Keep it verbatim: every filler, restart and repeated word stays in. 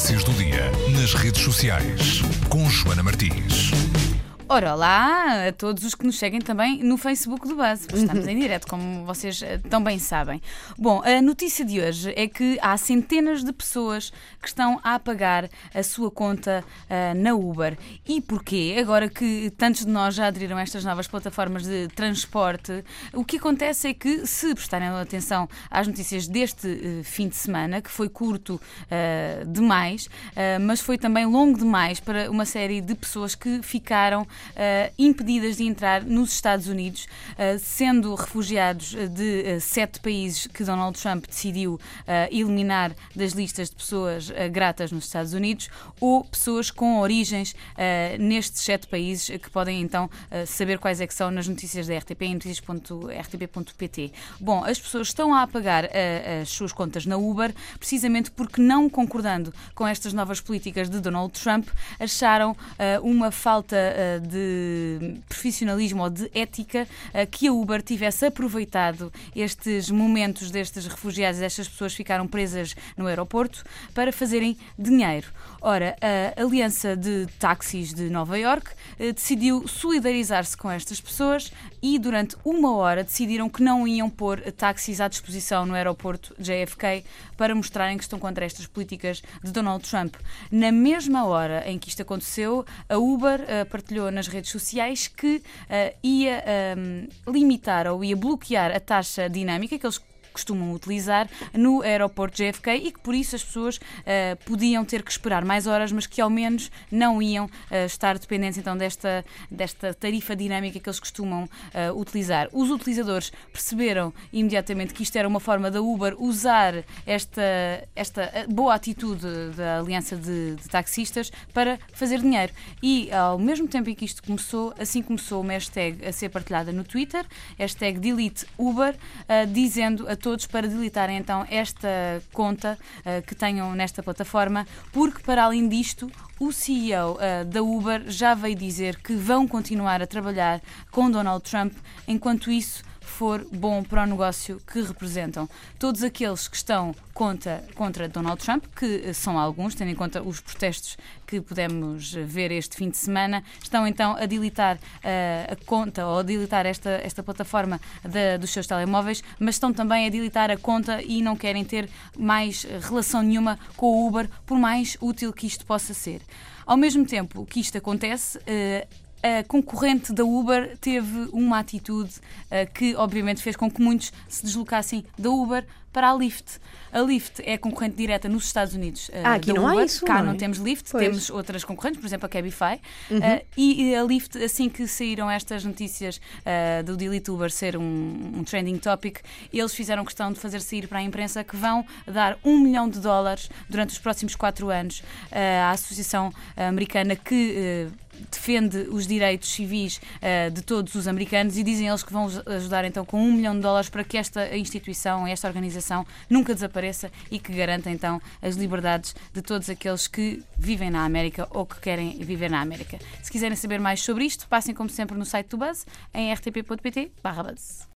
Notícias do dia nas redes sociais com Joana Martins. Ora, olá a todos os que nos seguem também no Facebook do Buzz. Estamos em direto, como vocês tão bem sabem. Bom, a notícia de hoje é que há centenas de pessoas que estão a pagar a sua conta uh, na Uber. E porquê? Agora que tantos de nós já aderiram a estas novas plataformas de transporte, o que acontece é que, se prestarem atenção às notícias deste uh, fim de semana, que foi curto uh, demais, uh, mas foi também longo demais para uma série de pessoas que ficaram Uh, impedidas de entrar nos Estados Unidos, uh, sendo refugiados de uh, sete países que Donald Trump decidiu uh, eliminar das listas de pessoas uh, gratas nos Estados Unidos, ou pessoas com origens uh, nestes sete países, uh, que podem então uh, saber quais é que são nas notícias da R T P, em notícias ponto r t p ponto p t. Bom, as pessoas estão a apagar uh, as suas contas na Uber, precisamente porque, não concordando com estas novas políticas de Donald Trump, acharam uh, uma falta uh, de profissionalismo ou de ética, que a Uber tivesse aproveitado estes momentos destes refugiados, destas pessoas que ficaram presas no aeroporto, para fazerem dinheiro. Ora, a Aliança de Táxis de Nova Iorque decidiu solidarizar-se com estas pessoas e, durante uma hora, decidiram que não iam pôr táxis à disposição no aeroporto J F K para mostrarem que estão contra estas políticas de Donald Trump. Na mesma hora em que isto aconteceu, a Uber uh, partilhou nas redes sociais que uh, ia um, limitar ou ia bloquear a taxa dinâmica que eles costumam utilizar no aeroporto J F K e que, por isso, as pessoas uh, podiam ter que esperar mais horas, mas que ao menos não iam uh, estar dependentes então desta, desta tarifa dinâmica que eles costumam uh, utilizar. Os utilizadores perceberam imediatamente que isto era uma forma da Uber usar esta, esta boa atitude da Aliança de, de Taxistas para fazer dinheiro. E, ao mesmo tempo em que isto começou, assim começou uma hashtag a ser partilhada no Twitter, hashtag Delete Uber, uh, dizendo a todos para deletarem então esta conta uh, que tenham nesta plataforma, porque, para além disto, o C E O uh, da Uber já veio dizer que vão continuar a trabalhar com Donald Trump enquanto isso for bom para o negócio que representam. Todos aqueles que estão contra, contra Donald Trump, que são alguns, tendo em conta os protestos que pudemos ver este fim de semana, estão então a deletar uh, a conta ou a deletar esta, esta plataforma da, dos seus telemóveis, mas estão também a deletar a conta e não querem ter mais relação nenhuma com o Uber, por mais útil que isto possa ser. Ao mesmo tempo que isto acontece, uh, a concorrente da Uber teve uma atitude uh, que, obviamente, fez com que muitos se deslocassem da Uber para a Lyft. A Lyft é a concorrente direta nos Estados Unidos uh, ah, aqui da não Uber. há isso, Cá não, não é? temos Lyft, Pois. Temos outras concorrentes, por exemplo a Cabify. Uhum. Uh, e a Lyft, assim que saíram estas notícias uh, do Delete Uber ser um, um trending topic, eles fizeram questão de fazer sair para a imprensa que vão dar um milhão de dólares durante os próximos quatro anos uh, à Associação Americana que uh, defende os direitos civis uh, de todos os americanos, e dizem eles que vão ajudar então com um milhão de dólares para que esta instituição, esta organização nunca desapareça e que garanta então as liberdades de todos aqueles que vivem na América ou que querem viver na América. Se quiserem saber mais sobre isto, passem como sempre no site do Buzz, em r t p ponto p t barra buzz.